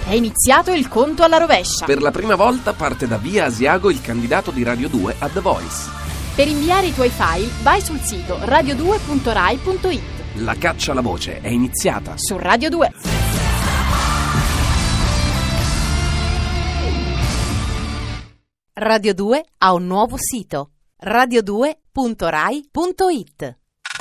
È iniziato il conto alla rovescia. Per la prima volta parte da Via Asiago il candidato di Radio 2 a The Voice. Per inviare i tuoi file vai sul sito radio2.rai.it. La caccia alla voce è iniziata Su Radio 2. Radio 2 ha un nuovo sito, radio2.rai.it.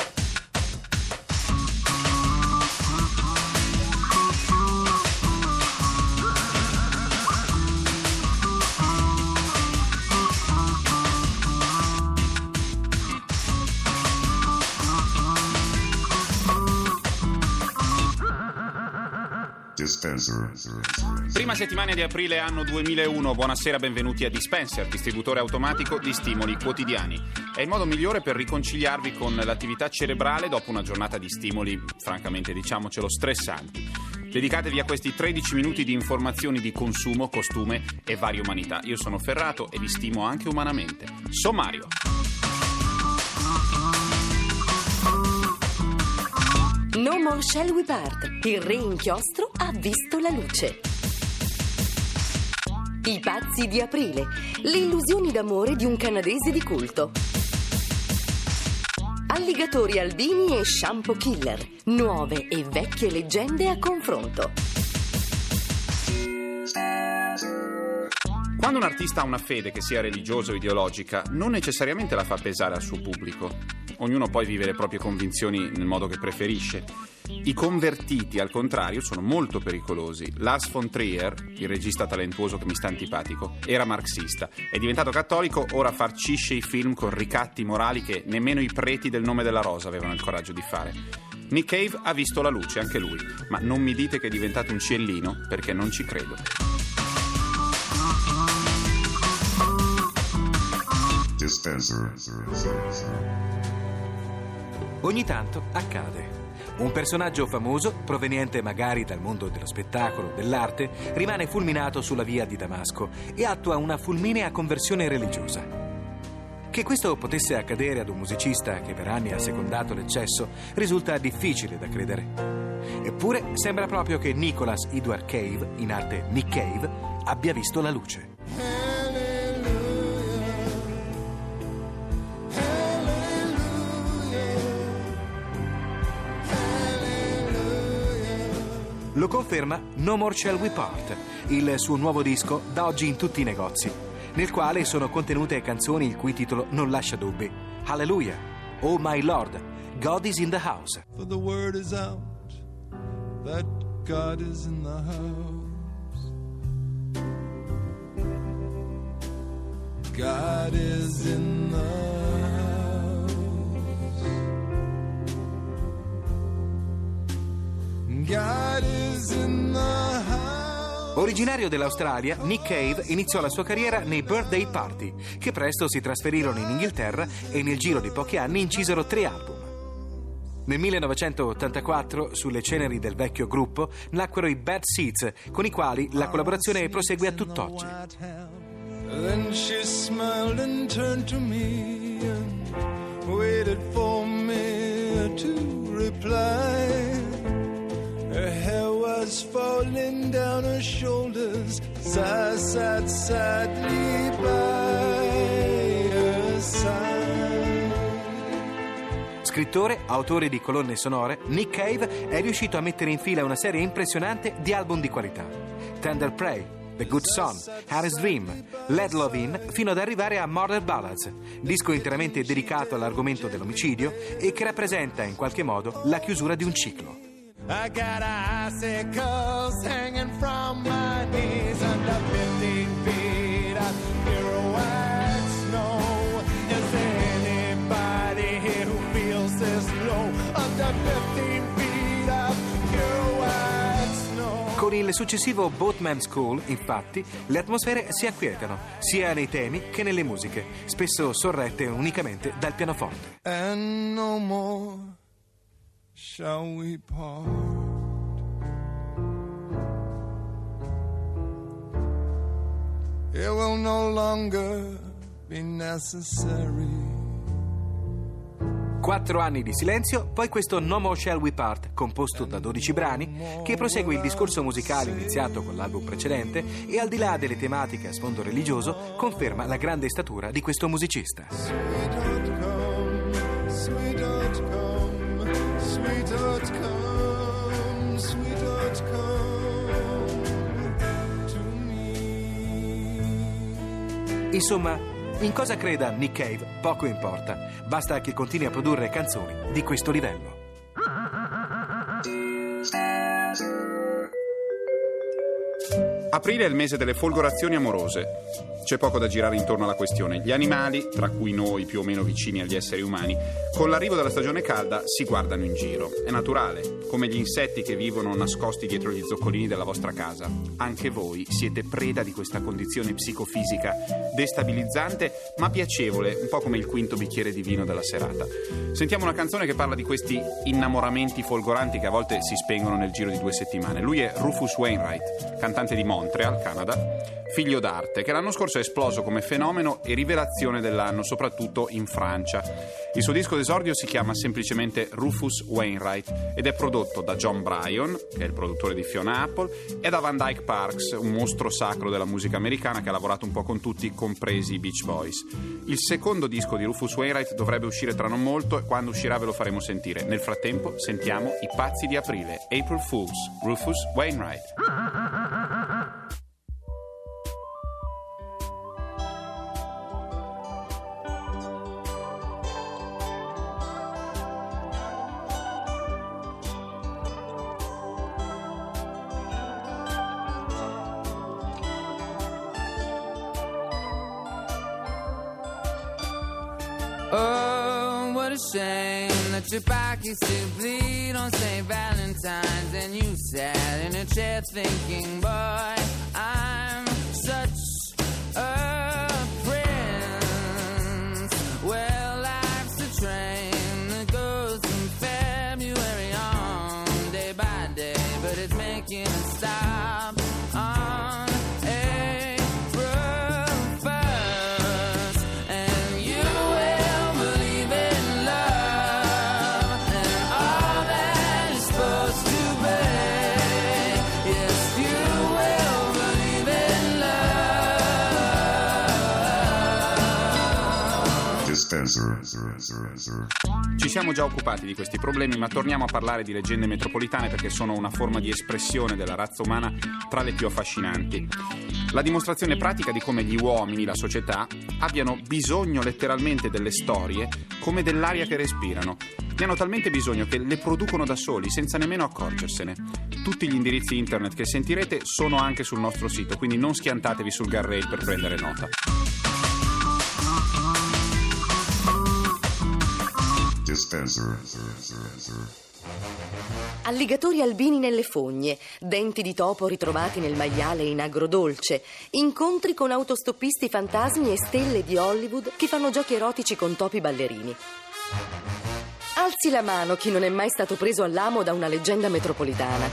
Prima settimana di aprile anno 2001. Buonasera, benvenuti a Dispenser, distributore automatico di stimoli quotidiani. È il modo migliore per riconciliarvi con l'attività cerebrale dopo una giornata di stimoli, francamente diciamocelo, stressanti. Dedicatevi a questi 13 minuti di informazioni di consumo, costume e varia umanità. Io sono Ferrato e vi stimo anche umanamente. Sommario. No More Shall We Part. Il re inchiostro ha visto la luce. I pazzi di aprile. Le illusioni d'amore di un canadese di culto. Alligatori albini e shampoo killer. Nuove e vecchie leggende a confronto. Quando un artista ha una fede, che sia religiosa o ideologica, non necessariamente la fa pesare al suo pubblico. Ognuno poi vive le proprie convinzioni nel modo che preferisce. I convertiti, al contrario, sono molto pericolosi. Lars von Trier, il regista talentuoso che mi sta antipatico, era marxista. È diventato cattolico, ora farcisce i film con ricatti morali che nemmeno i preti del Nome della Rosa avevano il coraggio di fare. Nick Cave ha visto la luce, anche lui. Ma non mi dite che è diventato un ciellino, perché non ci credo. Ogni tanto accade. Un personaggio famoso, proveniente magari dal mondo dello spettacolo, dell'arte, rimane fulminato sulla via di Damasco e attua una fulminea conversione religiosa. Che questo potesse accadere ad un musicista che per anni ha secondato l'eccesso risulta difficile da credere. Eppure sembra proprio che Nicholas Edward Cave, in arte Nick Cave, abbia visto la luce. Lo conferma No More Shall We Part, il suo nuovo disco da oggi in tutti i negozi, nel quale sono contenute canzoni il cui titolo non lascia dubbi. Hallelujah, Oh My Lord, God is in the house. For the word is out that God is in the house. God is in the house. God is in the house. Originario dell'Australia, Nick Cave iniziò la sua carriera nei Birthday Party, che presto si trasferirono in Inghilterra e nel giro di pochi anni incisero 3 album. Nel 1984, sulle ceneri del vecchio gruppo, nacquero i Bad Seeds, con i quali la collaborazione prosegue a tutt'oggi. Then she smiled and turned to me and waited for me to reply. Her hair was falling down her shoulders, as I sat sadly by her side. Scrittore, autore di colonne sonore, Nick Cave è riuscito a mettere in fila una serie impressionante di album di qualità. Tender Prey, The Good Son, Harry's Dream, Let Love In, fino ad arrivare a Murder Ballads, disco interamente dedicato all'argomento dell'omicidio e che rappresenta in qualche modo la chiusura di un ciclo. I got icicles hanging from my knees under 15 feet of pure white snow. Is there anybody here who feels this low? Under 15 feet of pure white snow. Con il successivo Boatman School, infatti, le atmosfere si acquietano, sia nei temi che nelle musiche, spesso sorrette unicamente dal pianoforte. And no more shall we part. It will no longer be necessary 4 anni di silenzio, poi questo No More Shall We Part, composto da 12 brani, che prosegue il discorso musicale iniziato con l'album precedente e, al di là delle tematiche a sfondo religioso, conferma la grande statura di questo musicista. Insomma, in cosa creda Nick Cave poco importa, basta che continui a produrre canzoni di questo livello. Aprile è il mese delle folgorazioni amorose. C'è poco da girare intorno alla questione. Gli animali, tra cui noi più o meno vicini agli esseri umani, con l'arrivo della stagione calda si guardano in giro. È naturale, come gli insetti che vivono nascosti dietro gli zoccolini della vostra casa. Anche voi siete preda di questa condizione psicofisica destabilizzante ma piacevole, un po' come il quinto bicchiere di vino della serata. Sentiamo una canzone che parla di questi innamoramenti folgoranti che a volte si spengono nel giro di 2 settimane. Lui è Rufus Wainwright, cantante di Montreal, Canada, figlio d'arte, che l'anno scorso è esploso come fenomeno e rivelazione dell'anno, soprattutto in Francia. Il suo disco d'esordio si chiama semplicemente Rufus Wainwright ed è prodotto da Jon Brion, che è il produttore di Fiona Apple, e da Van Dyke Parks, un mostro sacro della musica americana che ha lavorato un po' con tutti, compresi i Beach Boys. Il secondo disco di Rufus Wainwright dovrebbe uscire tra non molto e quando uscirà ve lo faremo sentire. Nel frattempo sentiamo I pazzi di aprile, April Fools, Rufus Wainwright. Oh, what a shame that your pockets still bleed on St. Valentine's and you sat in a chair thinking, boy, I'm such a prince. Well, life's a train that goes from February on day by day, but it's making a stop on Ci siamo già occupati di questi problemi, ma torniamo a parlare di leggende metropolitane perché sono una forma di espressione della razza umana tra le più affascinanti. La dimostrazione pratica di come gli uomini, la società, abbiano bisogno letteralmente delle storie come dell'aria che respirano. Ne hanno talmente bisogno che le producono da soli, senza nemmeno accorgersene. Tutti gli indirizzi internet che sentirete sono anche sul nostro sito, quindi non schiantatevi sul guardrail per prendere nota. Alligatori albini nelle fogne, denti di topo ritrovati nel maiale in agrodolce, incontri con autostoppisti fantasmi e stelle di Hollywood che fanno giochi erotici con topi ballerini. Alzi la mano chi non è mai stato preso all'amo da una leggenda metropolitana.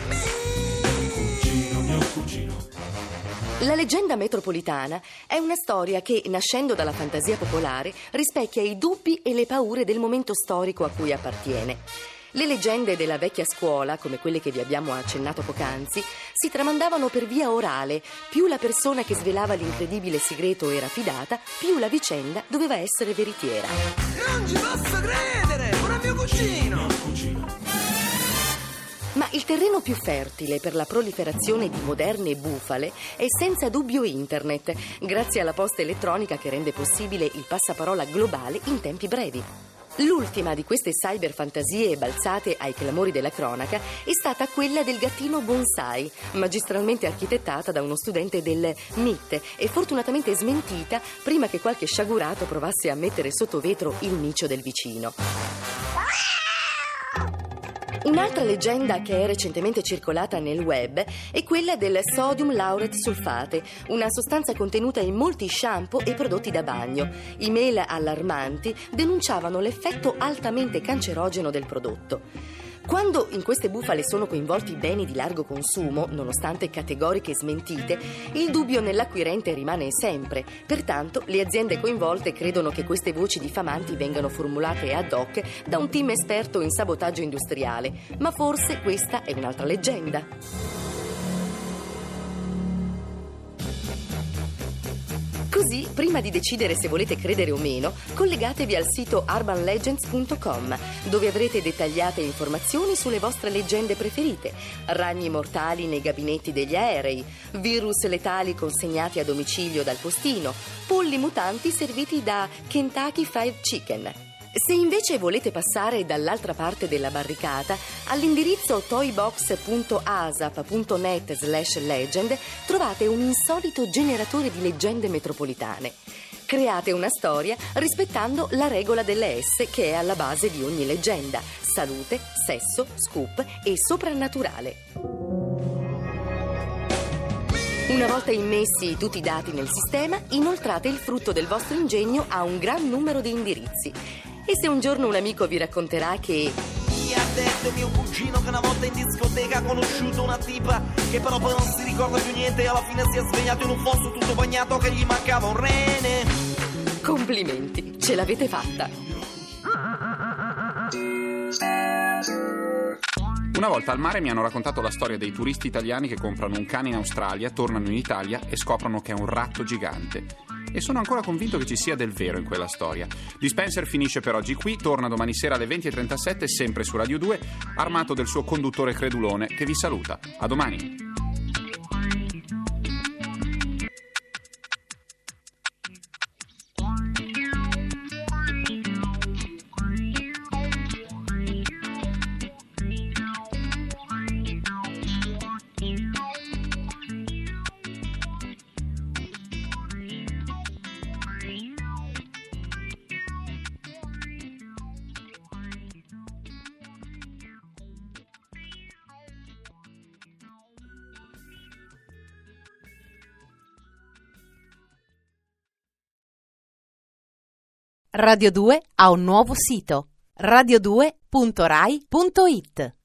La leggenda metropolitana è una storia che, nascendo dalla fantasia popolare, rispecchia i dubbi e le paure del momento storico a cui appartiene. Le leggende della vecchia scuola, come quelle che vi abbiamo accennato poc'anzi, si tramandavano per via orale. Più la persona che svelava l'incredibile segreto era fidata, più la vicenda doveva essere veritiera. Non ci posso credere! Ora mio cugino! Ma il terreno più fertile per la proliferazione di moderne bufale è senza dubbio internet, grazie alla posta elettronica che rende possibile il passaparola globale in tempi brevi. L'ultima di queste cyberfantasie balzate ai clamori della cronaca è stata quella del gattino bonsai, magistralmente architettata da uno studente del MIT e fortunatamente smentita prima che qualche sciagurato provasse a mettere sotto vetro il micio del vicino. Un'altra leggenda che è recentemente circolata nel web è quella del sodium lauret sulfate, una sostanza contenuta in molti shampoo e prodotti da bagno. Email allarmanti denunciavano l'effetto altamente cancerogeno del prodotto. Quando in queste bufale sono coinvolti beni di largo consumo, nonostante categoriche smentite, il dubbio nell'acquirente rimane sempre. Pertanto, le aziende coinvolte credono che queste voci diffamanti vengano formulate ad hoc da un team esperto in sabotaggio industriale, ma forse questa è un'altra leggenda. Così, prima di decidere se volete credere o meno, collegatevi al sito urbanlegends.com, dove avrete dettagliate informazioni sulle vostre leggende preferite: ragni mortali nei gabinetti degli aerei, virus letali consegnati a domicilio dal postino, polli mutanti serviti da Kentucky Fried Chicken. Se invece volete passare dall'altra parte della barricata, all'indirizzo toybox.asap.net/legend trovate un insolito generatore di leggende metropolitane. Create una storia rispettando la regola delle S che è alla base di ogni leggenda: salute, sesso, scoop e soprannaturale. Una volta immessi tutti i dati nel sistema, inoltrate il frutto del vostro ingegno a un gran numero di indirizzi. E se un giorno un amico vi racconterà che mi ha detto mio cugino che una volta in discoteca ha conosciuto una tipa che però poi non si ricorda più niente e alla fine si è svegliato in un fosso tutto bagnato che gli mancava un rene. complimenti, ce l'avete fatta. Una volta al mare mi hanno raccontato la storia dei turisti italiani che comprano un cane in Australia, tornano in Italia e scoprono che è un ratto gigante. E sono ancora convinto che ci sia del vero in quella storia. Dispenser finisce per oggi qui, torna domani sera alle 20:37 sempre su Radio 2, armato del suo conduttore credulone che vi saluta. A domani. Radio 2 ha un nuovo sito: radio2.rai.it.